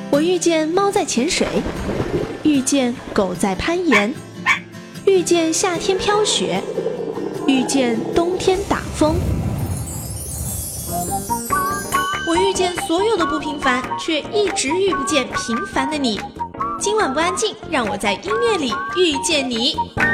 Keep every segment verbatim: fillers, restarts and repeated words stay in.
我遇见猫在潜水，遇见狗在攀岩，遇见夏天飘雪，遇见冬天打风。我遇见所有的不平凡，却一直遇不见平凡的你。今晚不安静，让我在音乐里遇见你。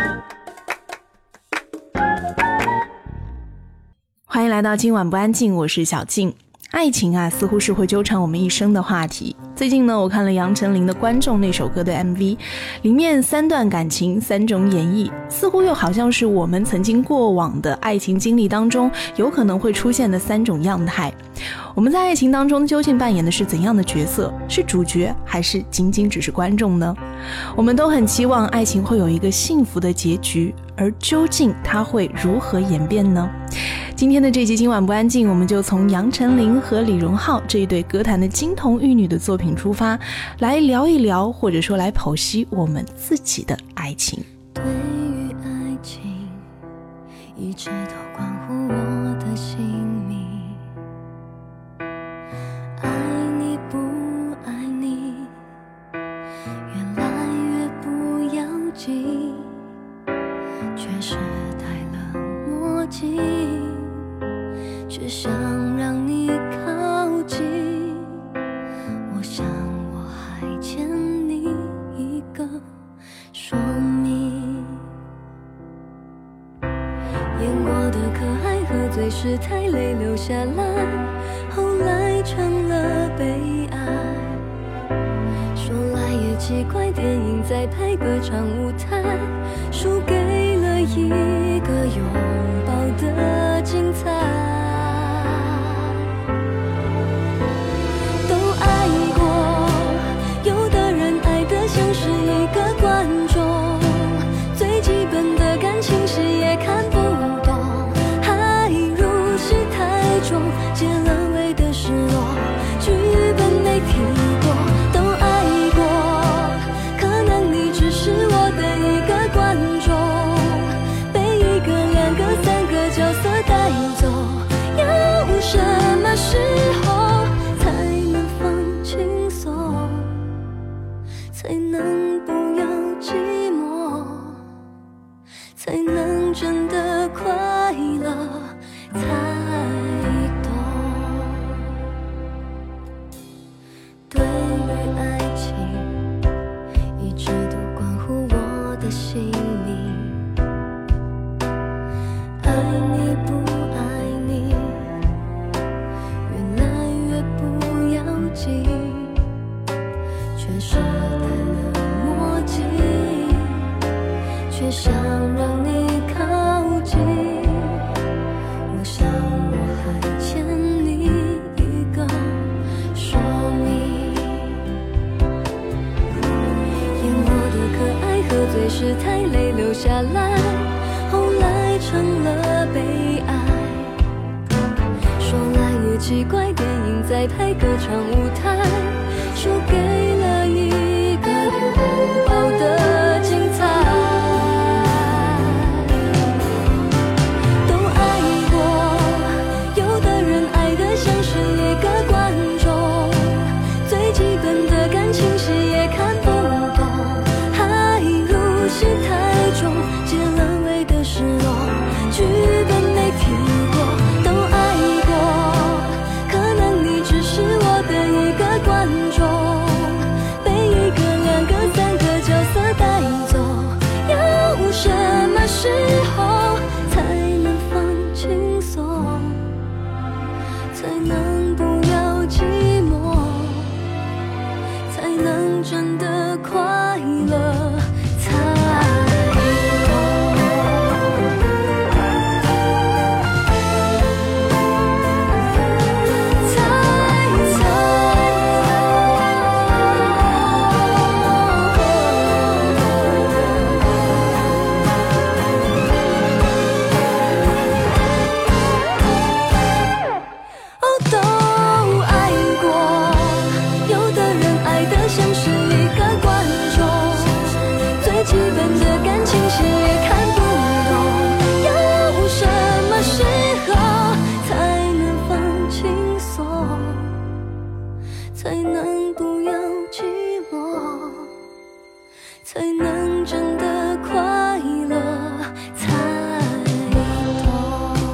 欢迎来到今晚不安静，我是小静。爱情啊，似乎是会纠缠我们一生的话题。最近呢，我看了杨丞琳的《观众》那首歌的 M V， 里面三段感情，三种演绎，似乎又好像是我们曾经过往的爱情经历当中有可能会出现的三种样态。我们在爱情当中究竟扮演的是怎样的角色？是主角还是仅仅只是观众呢？我们都很期望爱情会有一个幸福的结局，而究竟它会如何演变呢？今天的这集今晚不安静，我们就从杨丞琳和李荣浩这一对歌坛的金童玉女的作品出发，来聊一聊，或者说来剖析我们自己的爱情。 对于爱情，一直都关乎我的性命。爱你不爱你，越来越不要紧，却是戴了墨镜，却想让你靠近。我想我还欠你一个说明。演过的可爱，喝醉时太泪流下来，后来成了悲哀。说来也奇怪，电影在拍歌唱舞台，输给了一个拥抱的精彩。都爱过，有的人爱得像是一个观众，最基本的感情戏也看不懂，爱入戏太重，结了尾的失落，剧本没听过。都爱过，可能你只是我的一个观众，被一个两个三个角色带走。要什么时候才能放轻松，才能不要寂寞，才能真的快乐，才懂。对于爱情，一直都关乎我的性命。爱你不爱你，越来越不要紧，却是戴了墨镜，却想让你靠近。我想我还欠你一个说明。演我的可爱，喝醉时太泪流下来，后来成了悲哀。说来也奇怪，电影在拍歌唱舞台，输给了一个拥抱的精彩。都爱过，有的人爱得像是一个观众，最基本的感情戏也看不懂，爱入戏太重，结了尾的失落，剧本没听过。都爱过，可能你只是我的一个观众，被一个两个三个角色带走。要什么时候才能放轻松，才能不要寂寞，才能真的快乐，才才能真的快乐才懂。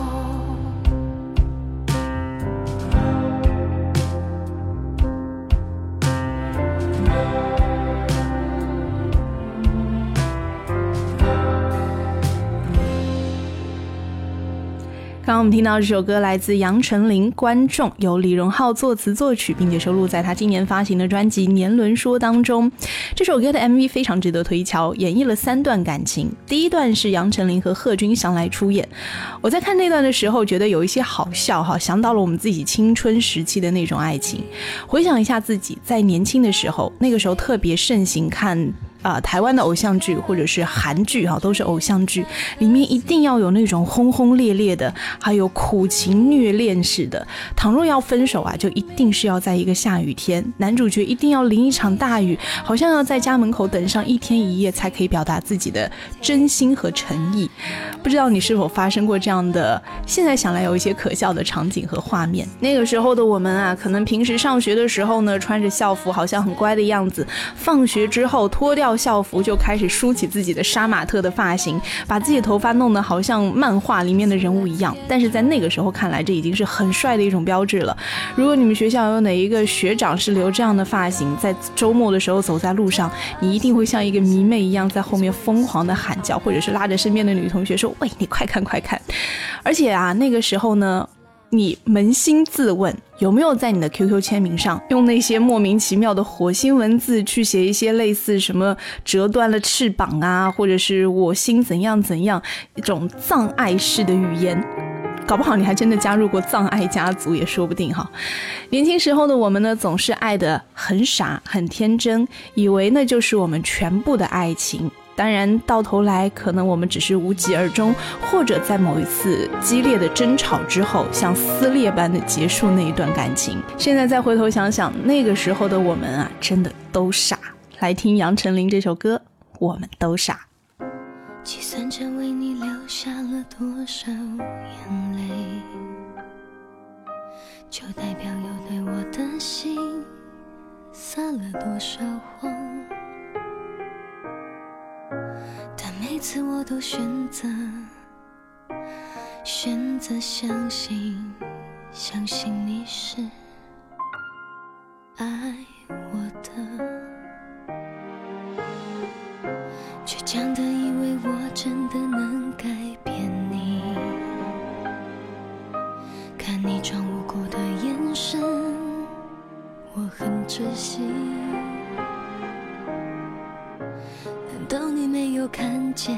刚刚我们听到这首歌来自杨丞琳《观众》，由李荣浩作词作曲，并且收录在他今年发行的专辑《年轮说》当中。这首歌的 M V 非常值得推敲，演绎了三段感情。第一段是杨丞琳和贺军翔来出演，我在看那段的时候觉得有一些好笑哈，想到了我们自己青春时期的那种爱情。回想一下自己在年轻的时候，那个时候特别盛行看呃，台湾的偶像剧或者是韩剧哈，都是偶像剧，里面一定要有那种轰轰烈烈的，还有苦情虐恋式的。倘若要分手啊，就一定是要在一个下雨天，男主角一定要淋一场大雨，好像要在家门口等上一天一夜才可以表达自己的真心和诚意。不知道你是否发生过这样的，现在想来有一些可笑的场景和画面。那个时候的我们啊，可能平时上学的时候呢，穿着校服好像很乖的样子，放学之后脱掉校服就开始梳起自己的杀马特的发型，把自己的头发弄得好像漫画里面的人物一样。但是在那个时候看来，这已经是很帅的一种标志了。如果你们学校有哪一个学长是留这样的发型，在周末的时候走在路上，你一定会像一个迷妹一样在后面疯狂的喊叫，或者是拉着身边的女同学说，喂，你快看快看。而且啊，那个时候呢，你扪心自问，有没有在你的 Q Q 签名上用那些莫名其妙的火星文字去写一些类似什么折断了翅膀啊，或者是我心怎样怎样，一种藏爱式的语言？搞不好你还真的加入过藏爱家族也说不定哈。年轻时候的我们呢，总是爱得很傻很天真，以为那就是我们全部的爱情。当然到头来可能我们只是无疾而终，或者在某一次激烈的争吵之后像撕裂般的结束那一段感情。现在再回头想想，那个时候的我们啊，真的都傻。来听杨丞琳这首歌，我们都傻。 计算着为你流下了多少眼泪，就代表有对我的心撒了多少谎。但每次我都选择选择相信相信你是爱我的，倔强的以为我真的能改变你，看你装无辜的眼神我很窒息。难道你没有看见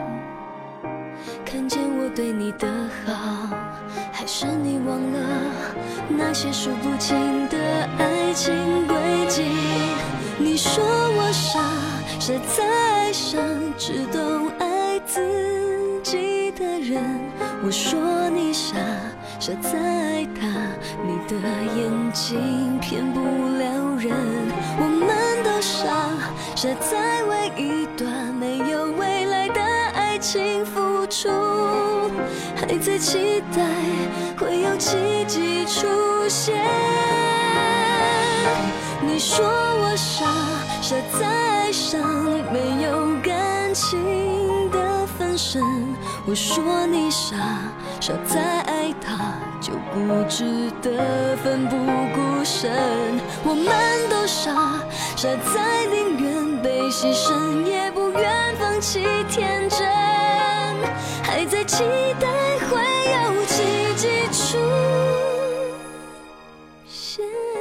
看见我对你的好，还是你忘了那些数不清的爱情轨迹？你说我傻，傻在爱上只懂爱自己的人，我说你傻，傻在爱他，你的眼睛骗不了人。我们都傻，傻在为一段没有未来的爱情付出，还在期待会有奇迹出现。你说我傻，傻在爱上没有感情的分身，我说你傻，傻在爱他就不值得奋不顾身。我们都傻，傻在宁愿被牺牲也不愿放弃天真，还在期待会有奇迹出现。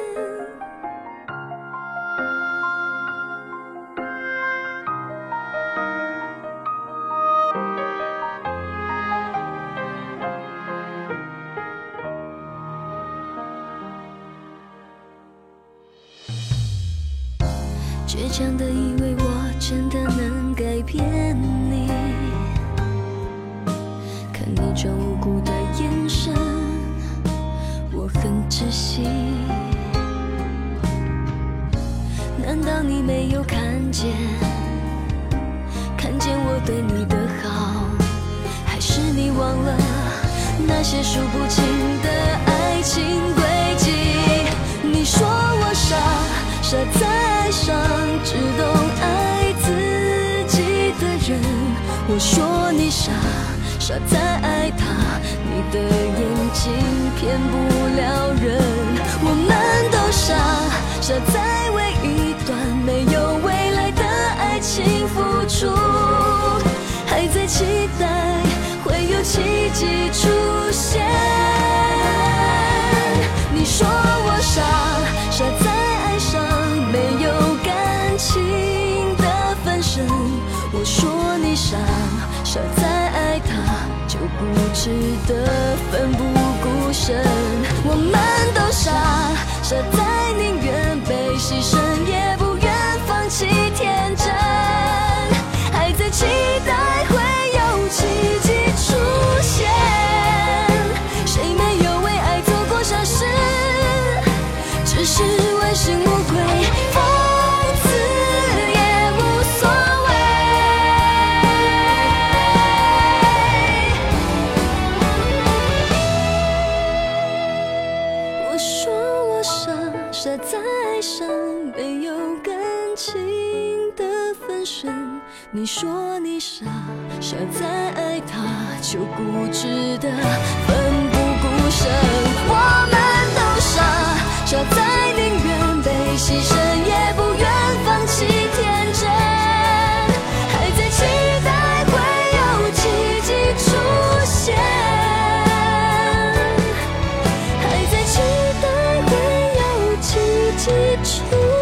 倔强的以为我真的能改变你，看你装无辜的眼神我很窒息。难道你没有看见看见我对你的好，还是你忘了那些数不清的爱情轨迹？你说我傻，傻在爱上只懂爱自我说你傻，傻在爱他，你的眼睛骗不了人。我们都傻，傻在为一段没有未来的爱情付出，还在期待会有奇迹出现。你说我傻，傻在爱上没有感情的分身。我说你傻，傻在爱他就不值得奋不顾身。我们都傻，傻在宁愿被牺牲也不愿放弃天真，还在期待会有奇迹出现。谁没有为爱做过傻事，只是问心无愧，讽刺也无所谓。我说我傻，傻在爱上没有感情的分身。你说你傻，傻在爱他就固执的奋不顾身。我们都傻，傻在宁愿被牺牲也不愿放弃天真，还在期待会有奇迹出现，还在期待会有奇迹出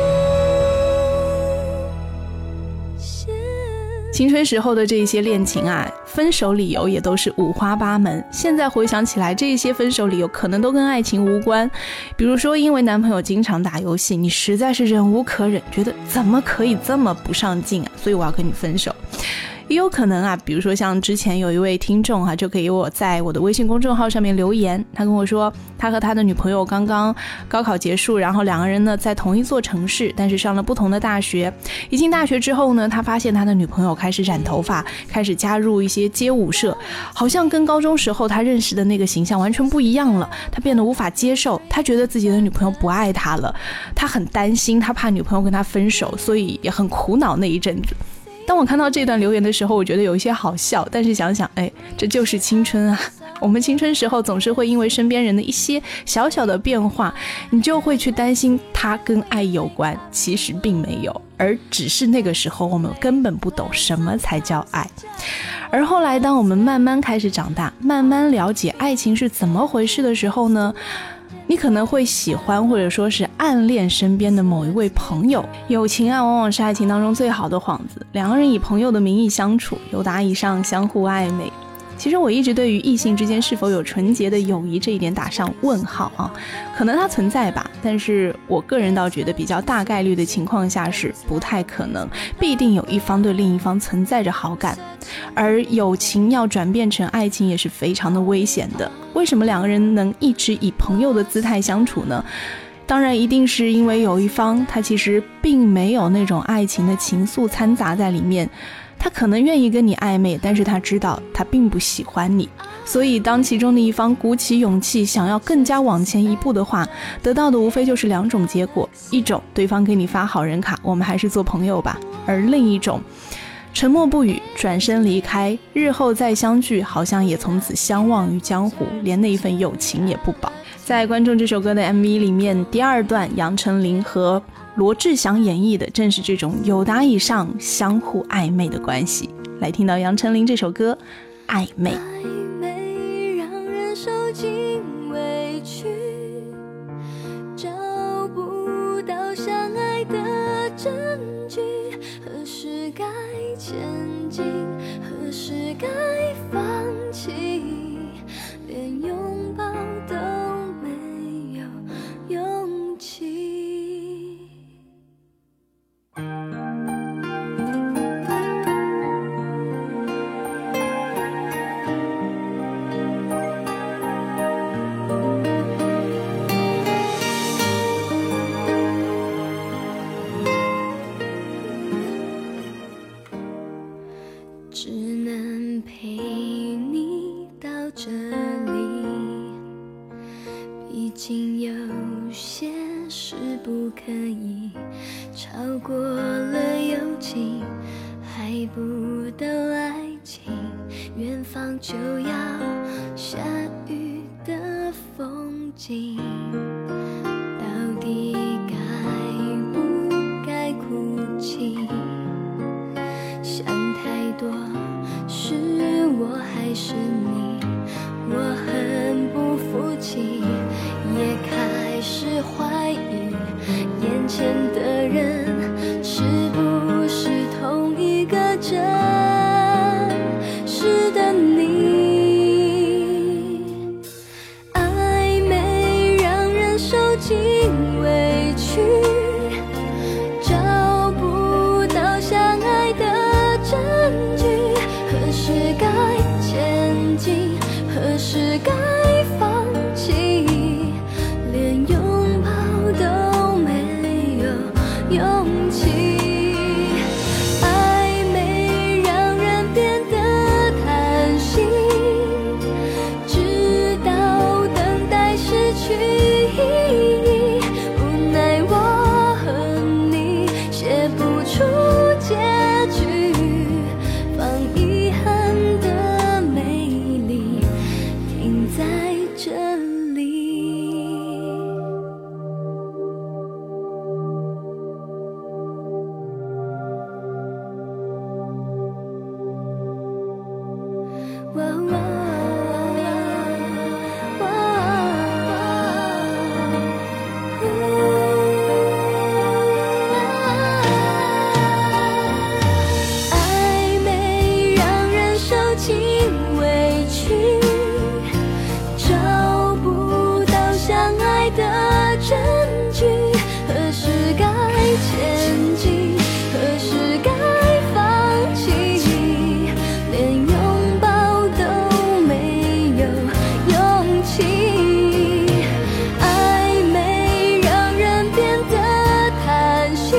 现。 青春时候的这些恋情啊，分手理由也都是五花八门。现在回想起来，这些分手理由可能都跟爱情无关。比如说，因为男朋友经常打游戏，你实在是忍无可忍，觉得怎么可以这么不上进啊，所以我要跟你分手。也有可能啊，比如说像之前有一位听众啊，就给我在我的微信公众号上面留言，他跟我说他和他的女朋友刚刚高考结束，然后两个人呢在同一座城市，但是上了不同的大学。一进大学之后呢，他发现他的女朋友开始染头发，开始加入一些街舞社，好像跟高中时候他认识的那个形象完全不一样了。他变得无法接受，他觉得自己的女朋友不爱他了，他很担心，他怕女朋友跟他分手，所以也很苦恼那一阵子。当我看到这段留言的时候，我觉得有一些好笑，但是想想，哎，这就是青春啊！我们青春时候总是会因为身边人的一些小小的变化，你就会去担心它跟爱有关，其实并没有，而只是那个时候我们根本不懂什么才叫爱。而后来当我们慢慢开始长大，慢慢了解爱情是怎么回事的时候呢，你可能会喜欢或者说是暗恋身边的某一位朋友。友情啊，往往是爱情当中最好的幌子，两个人以朋友的名义相处，由达以上相互暧昧。其实我一直对于异性之间是否有纯洁的友谊这一点打上问号啊，可能它存在吧，但是我个人倒觉得比较大概率的情况下是不太可能，必定有一方对另一方存在着好感。而友情要转变成爱情也是非常的危险的。为什么两个人能一直以朋友的姿态相处呢？当然一定是因为有一方他其实并没有那种爱情的情愫掺杂在里面，他可能愿意跟你暧昧，但是他知道他并不喜欢你，所以当其中的一方鼓起勇气想要更加往前一步的话，得到的无非就是两种结果，一种对方给你发好人卡，我们还是做朋友吧，而另一种沉默不语，转身离开，日后再相聚，好像也从此相忘于江湖，连那一份友情也不保。在观众这首歌的 M V 里面，第二段杨丞琳和罗志祥演绎的正是这种友达以上相互暧昧的关系。来听到杨丞琳这首歌《暧昧》。 暧昧让人受尽委屈，找不到相爱的证据，何时该前进，何时该放弃，连拥抱都没有勇气。只能陪你到这里，毕竟有些事不可以超过了友情，还不到爱情，远方就要下雨的风景，到底该不该哭泣？想太多，是我还是你？我很不服气，也开始怀疑眼前的人是不是同一个真实的你。暧昧让人受尽委屈，找不到相爱的证据，何时该前进，何时该放弃，连拥抱都没有勇气。暧昧让人变得贪心，直到等待失去意义，无奈我和你写不出结局，放遗憾的美丽停在这里。哇哇暧昧让人受尽委屈，找不到相爱的证据，何时该前进，何时该放弃，连拥抱都没有勇气。暧昧让人变得贪心，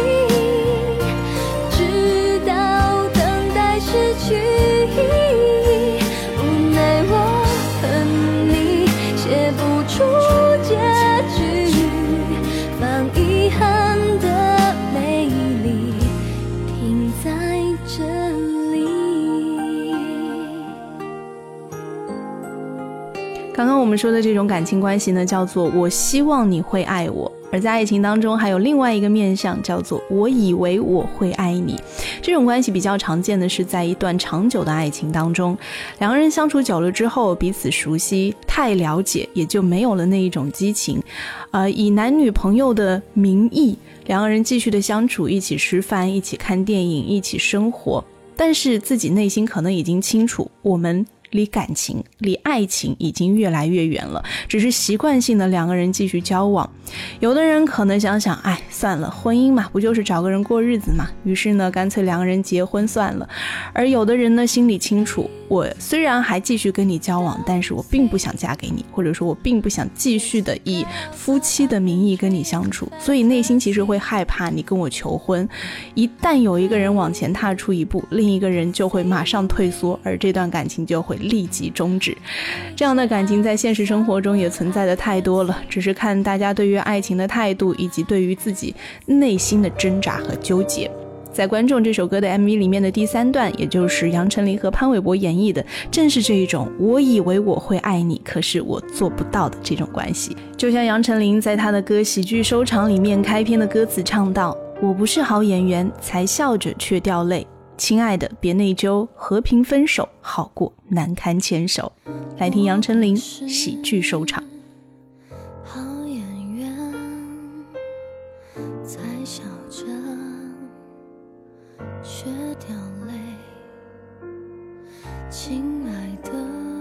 直到等待失去意义，无奈我和你写不出结局，放遗憾的美丽停在这里。 刚刚我们说的这种感情关系呢，叫做我希望你会爱我，而在爱情当中还有另外一个面向，叫做我以为我会爱你。这种关系比较常见的是在一段长久的爱情当中，两个人相处久了之后，彼此熟悉，太了解，也就没有了那一种激情。呃，以男女朋友的名义，两个人继续的相处，一起吃饭，一起看电影，一起生活，但是自己内心可能已经清楚，我们离感情离爱情已经越来越远了，只是习惯性的两个人继续交往。有的人可能想想，哎，算了，婚姻嘛，不就是找个人过日子嘛，于是呢干脆两个人结婚算了。而有的人呢心里清楚，我虽然还继续跟你交往，但是我并不想嫁给你，或者说我并不想继续的以夫妻的名义跟你相处，所以内心其实会害怕你跟我求婚。一旦有一个人往前踏出一步，另一个人就会马上退缩，而这段感情就会立即终止。这样的感情在现实生活中也存在的太多了，只是看大家对于爱情的态度，以及对于自己内心的挣扎和纠结。在观众这首歌的 M V 里面的第三段，也就是杨丞琳和潘玮柏演绎的，正是这一种我以为我会爱你，可是我做不到的这种关系。就像杨丞琳在她的歌《喜剧收场》里面开篇的歌词唱到，我不是好演员，才笑着却掉泪，亲爱的别内疚，和平分手好过难堪牵手。来听杨丞琳《喜剧收场》。 好演员才笑着却掉泪，亲爱的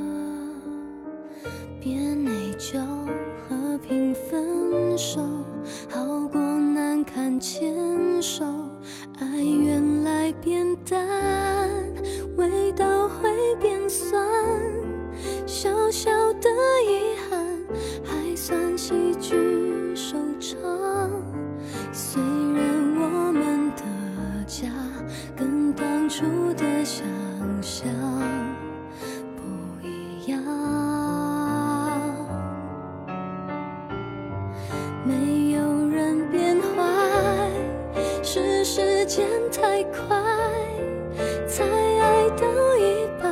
别内疚，和平分手好过难堪牵手。爱原来变淡，味道会变酸，小小的遗憾还算喜剧收场。虽然我们的家跟当初的想象不一样，没有人变坏，是时间太快，才爱到一半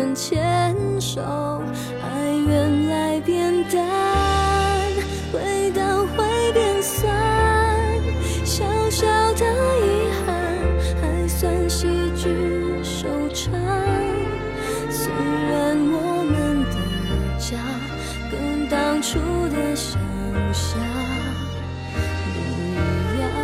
人牵手，爱原来变淡，味道会变酸，小小的遗憾还算喜剧收场。虽然我们的家跟当初的想象不一样，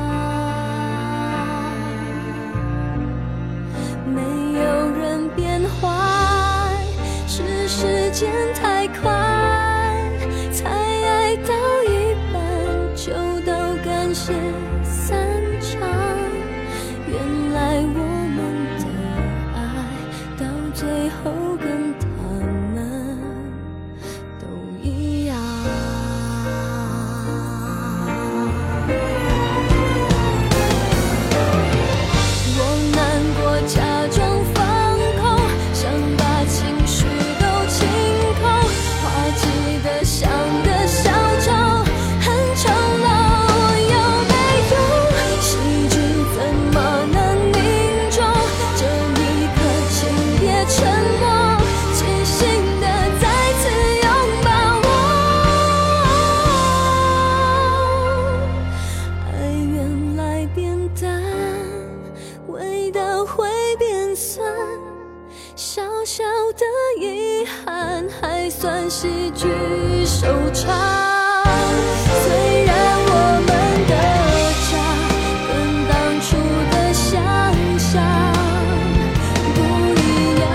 没有人变坏，是时间太快，才爱到一半就都感谢散场。原来我们的爱到最后跟他们都一样。我难过假装放空，想把情绪都清空，话记得像个小丑，很丑陋又没用，细菌怎么能凝重？这一刻请别沉默，清醒的再次拥抱我。爱原来变淡，味道会变酸，小小的遗憾还算喜剧收场。虽然我们的家跟当初的想象不一样，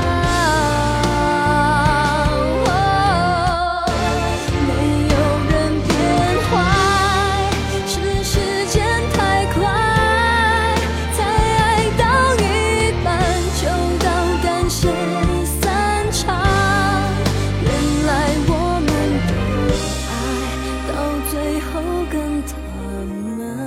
没有人变坏，是时间太快，才爱到一半就到感谢散场。原来我们的爱到最后跟他们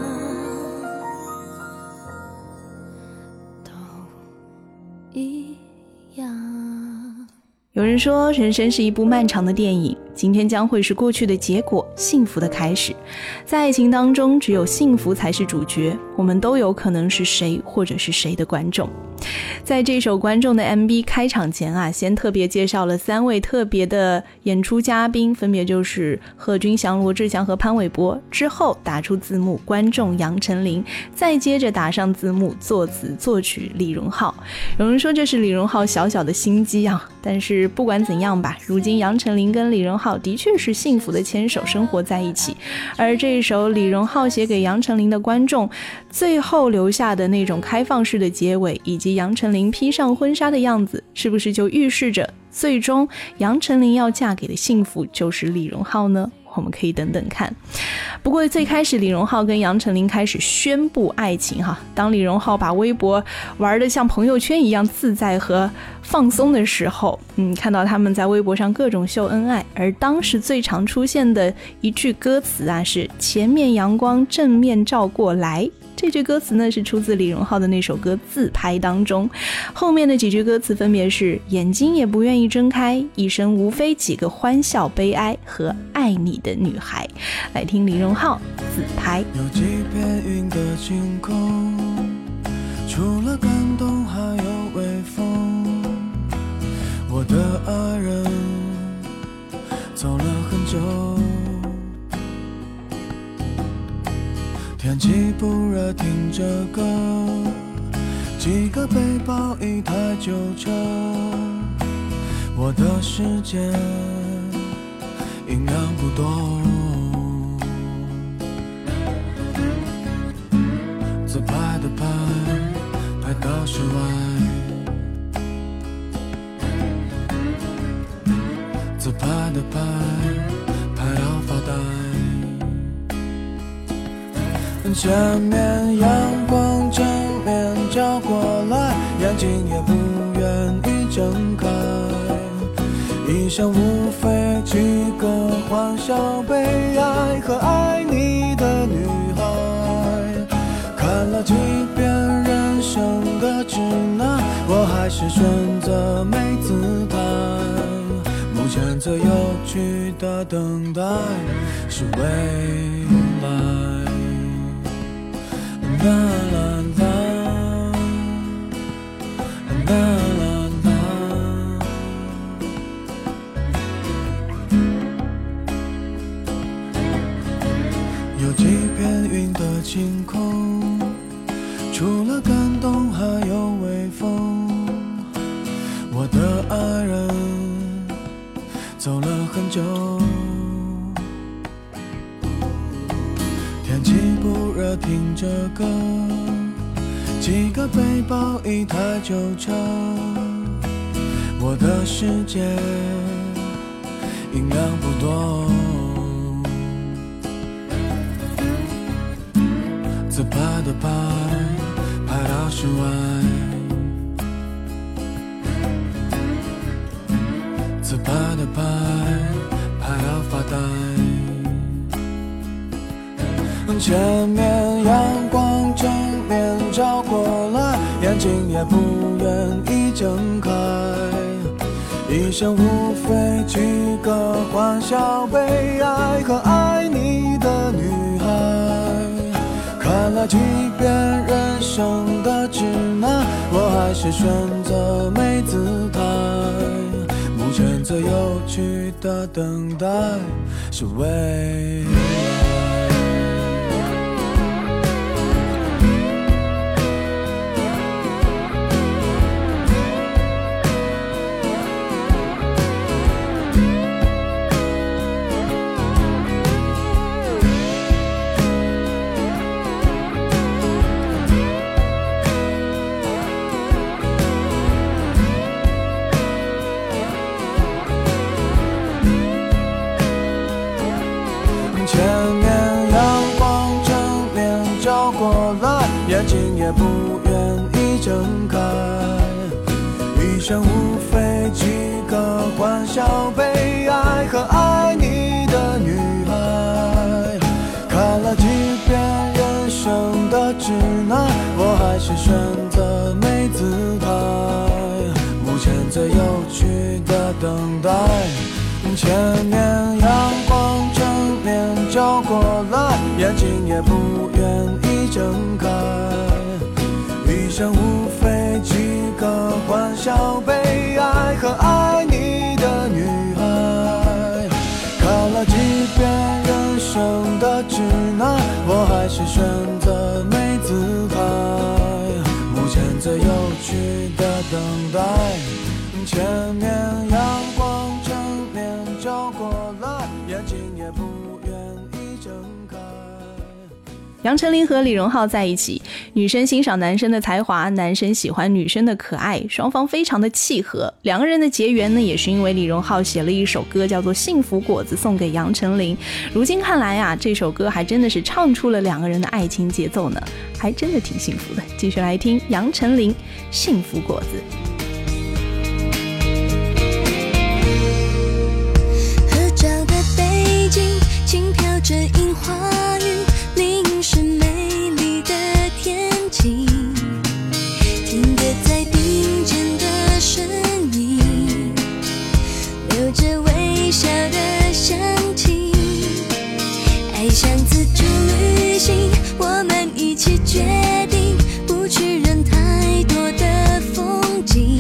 都一样。 有人说，人生是一部漫长的电影，今天将会是过去的结果，幸福的开始。在爱情当中，只有幸福才是主角，我们都有可能是谁或者是谁的观众。在这首观众的 M V 开场前啊，先特别介绍了三位特别的演出嘉宾，分别就是贺军翔、罗志祥和潘玮柏。之后打出字幕观众杨丞琳，再接着打上字幕作词作曲李荣浩。有人说这是李荣浩小小的心机啊，但是不管怎样吧，如今杨丞琳跟李荣浩的确是幸福的牵手生活在一起。而这一首李荣浩写给杨丞琳的观众，最后留下的那种开放式的结尾，以及杨丞琳披上婚纱的样子，是不是就预示着最终杨丞琳要嫁给的幸福就是李荣浩呢？我们可以等等看。不过最开始李荣浩跟杨丞琳开始宣布爱情哈，当李荣浩把微博玩得像朋友圈一样自在和放松的时候，嗯，看到他们在微博上各种秀恩爱，而当时最常出现的一句歌词啊是前面阳光正面照过来，这句歌词呢是出自李荣浩的那首歌《自拍》当中，后面的几句歌词分别是眼睛也不愿意睁开，一生无非几个欢笑悲哀和爱你的女孩。来听李荣浩《自拍》。 有几片云的晴空，除了感动还有微风，我的爱人走了很久，天气不热听着歌，几个背包一台旧车，我的世界营养不多，自拍的拍拍到室外，自拍的拍拍到发呆，前面阳光正面照过来，眼睛也不愿意睁开，一生无非几个欢笑悲哀和爱你的女孩，看了几遍人生的指南，我还是选择没姿态，目前最有趣的等待是未来。啦啦啦啦啦啦着歌，几个背包一台旧车，我的世界音量不多，自拍的拍拍到室外，自拍的拍拍到发呆，前面阳光正面照过来，眼睛也不愿意睁开，一生无非几个欢笑悲哀和爱你的女孩，看来即便人生的指南，我还是选择没姿态，目前最有趣的等待是未来。眼睛也不愿意睁开，一生无非几个欢笑悲哀和爱你的女孩，看了几遍人生的指南，我还是选择没姿态，目前最有趣的等待，前面阳光正面照过来，眼睛也不愿意睁开，一生无非几个欢笑悲哀和爱你的女孩，看了几遍人生的指南，我还是选择没姿态，目前最有趣的等待，前面阳光正面照过来，眼睛也不愿意睁开。 杨丞琳和李荣浩在一起，女生欣赏男生的才华，男生喜欢女生的可爱，双方非常的契合。两个人的结缘呢，也是因为李荣浩写了一首歌叫做《幸福果子》送给杨丞琳。如今看来啊，这首歌还真的是唱出了两个人的爱情节奏呢，还真的挺幸福的。继续来听杨丞琳《幸福果子》。 合照的背景轻飘着樱花雨，淋湿美丽的天气，听歌在并肩的声音，留着微笑的香气，爱像自助旅行，我们一起决定不去人太多的风景，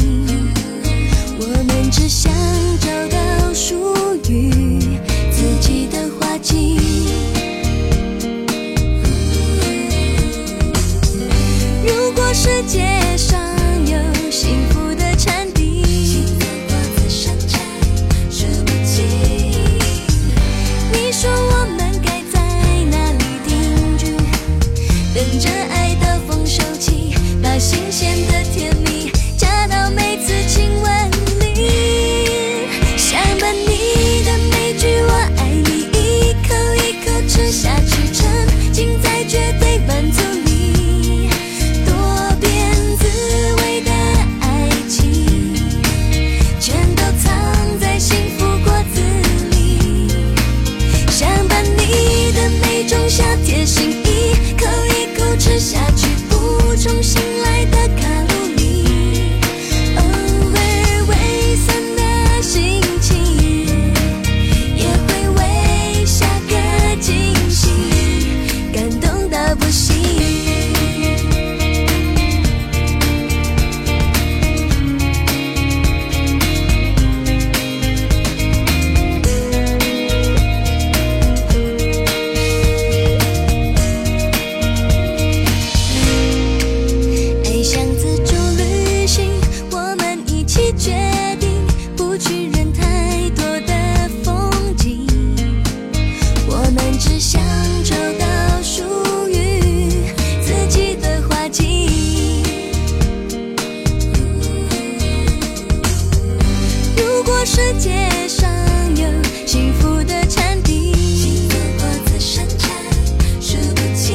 果世界上有幸福的产地，幸福果子生产数不清。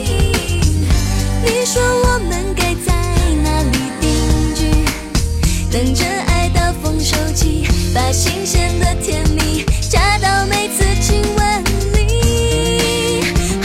你说我们该在哪里定居，等着爱到丰收期，把新鲜的甜蜜加到每次亲吻里。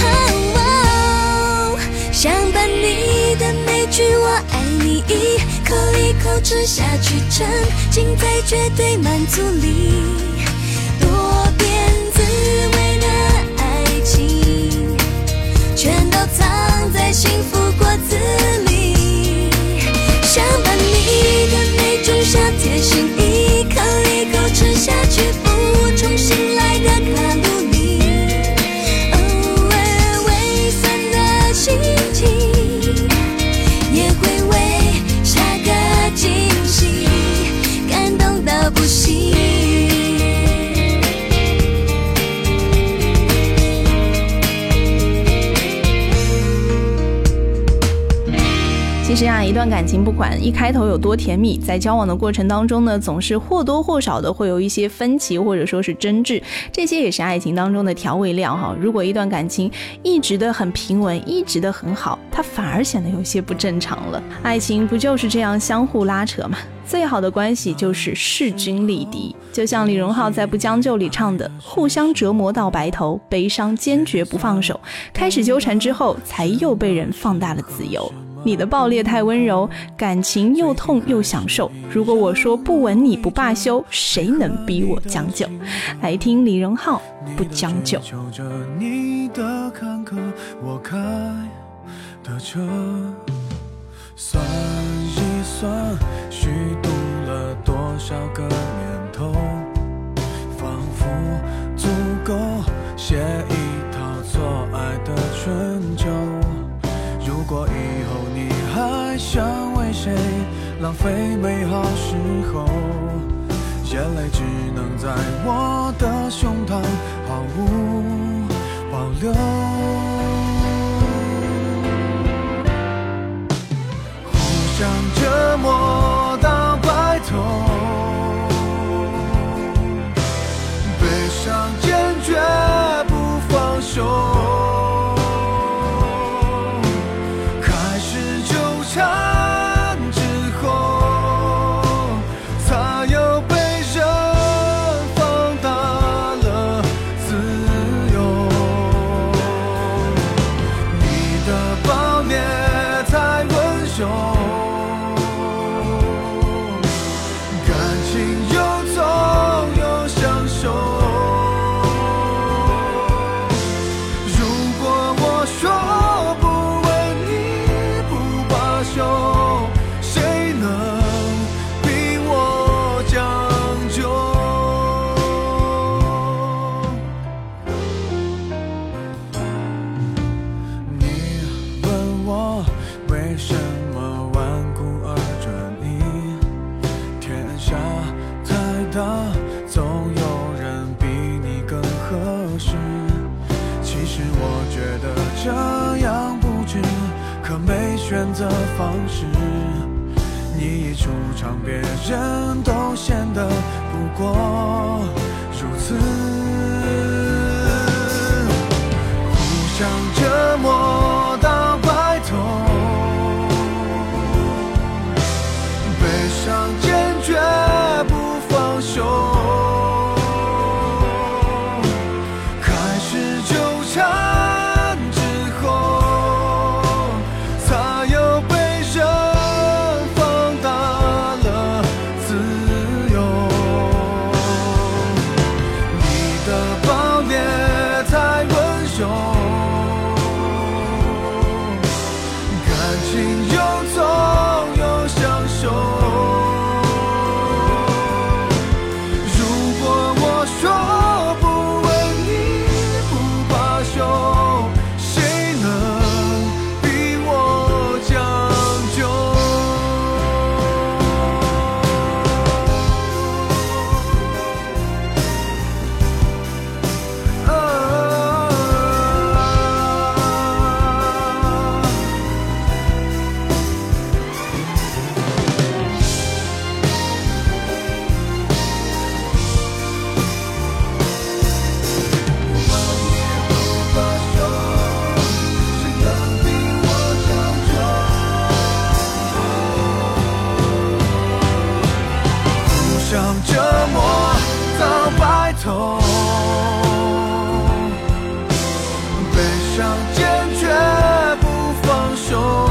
哦，想把你的每句我爱你一口一口吃下去，沉浸在绝对满足里，多变滋味的爱情全都藏在幸福果子里。想把你的每种小贴心一口一口吃下去，补充醒来的卡路里，偶尔微酸的心情也会为下个惊喜感动到不行。 其实啊，一段感情不管一开头有多甜蜜，在交往的过程当中呢，总是或多或少的会有一些分歧或者说是争执，这些也是爱情当中的调味料哈。如果一段感情一直的很平稳，一直的很好，它反而显得有些不正常了。爱情不就是这样相互拉扯吗？最好的关系就是势均力敌，就像李荣浩在《不将就》里唱的，互相折磨到白头，悲伤坚决不放手，开始纠缠之后，才又被人放大了自由。你的爆裂太温柔，感情又痛又享受，如果我说不吻你不罢休，谁能逼我将就？来听李荣浩《不将就》。 求着你的坎坷，我开的车，算一算虚度了多少个年头，仿佛足够写一套错爱的春秋。如果以后你还想为谁浪费美好时候，眼泪只能在我的胸膛毫无保留。互相折磨到白头，悲伤坚决不放手。选择方式，你一出场，别人都显得不过如此。互相折磨到白头，悲伤坚决不放手，开始纠缠。 折磨到白头，悲伤坚决不放手，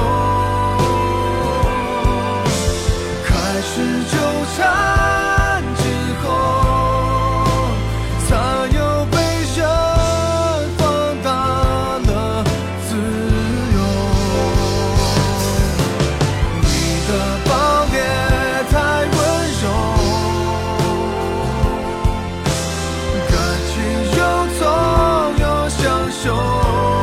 开始纠缠之后，才有悲伤放大了自由。你的暴烈太温柔，感情又痛又享受。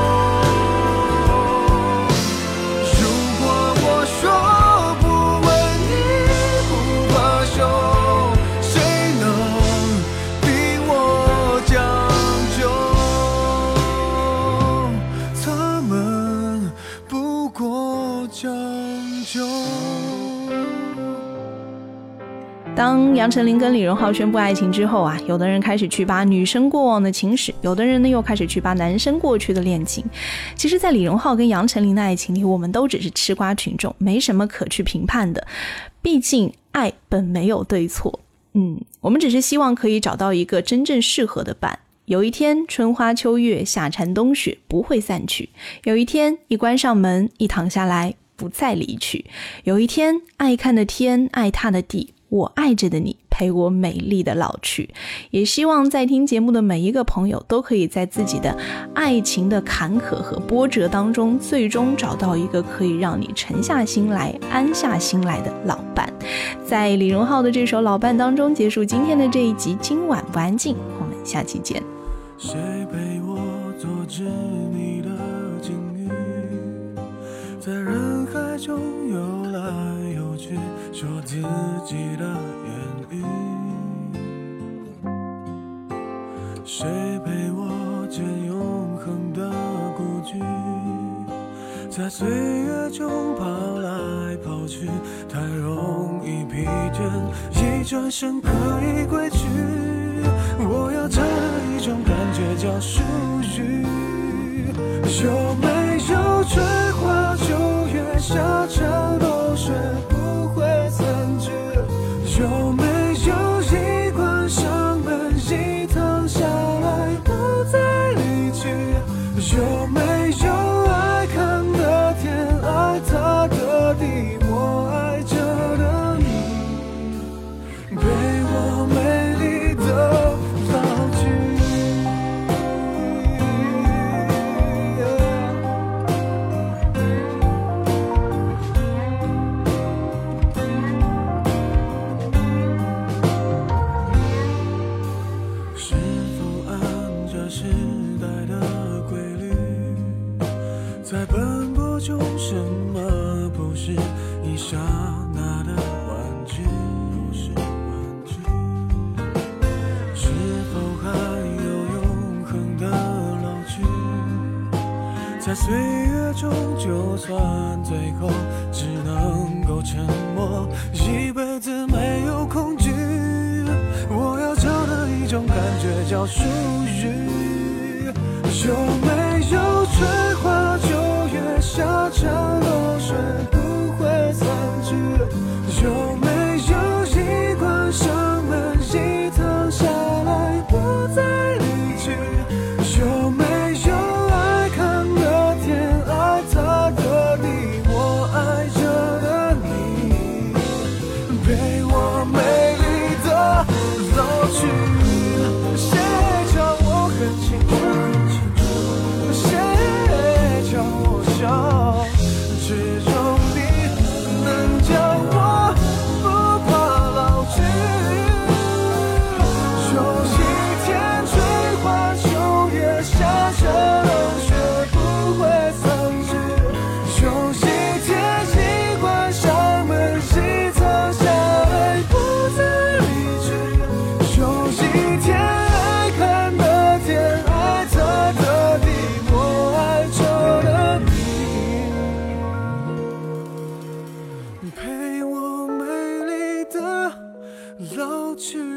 当杨丞琳跟李荣浩宣布爱情之后啊，有的人开始去扒女生过往的情史，有的人呢又开始去扒男生过去的恋情。其实在李荣浩跟杨丞琳的爱情里，我们都只是吃瓜群众，没什么可去评判的，毕竟爱本没有对错。嗯，我们只是希望可以找到一个真正适合的伴，有一天春花秋月夏蝉冬雪不会散去，有一天一关上门一躺下来不再离去，有一天爱看的天爱踏的地，我爱着的你陪我美丽的老去。也希望在听节目的每一个朋友都可以在自己的爱情的坎坷和波折当中，最终找到一个可以让你沉下心来安下心来的老伴。在李荣浩的这首老伴当中结束今天的这一集今晚不安静，我们下期见。 谁陪我做执迷的境遇，在人海中游来游去，说自己的言语。谁陪我见永恒的孤寂，在岁月中跑来跑去，太容易疲倦，一转身可以归去。我要找的一种感觉叫属于，有没有春花秋月夏蝉冬雪不会散去，有没有一关上门一躺下来不再离去，有没有爱看的天爱踏的地，我爱着的你陪我美丽的在奔波中，什么不是一刹那的玩具？不是玩具。是否还有永恒的老去？在岁月中，就算最后只能够沉默，一辈子没有恐惧。我要找的一种感觉叫属于，有没有春花秋月夏蝉冬雪不会散去，有没有一关上门一躺下来不再离去，有没有爱看的天爱踏的地，我爱着的你陪我美丽的老去。谁叫我很清楚，谁叫我笑，只有你能叫我不怕老去。有一天春花秋月夏蝉冬雪不会散去，有一天一关上门一躺下来不再离去，有一天爱看的天爱踏的地，我爱着的你陪我美丽的老去。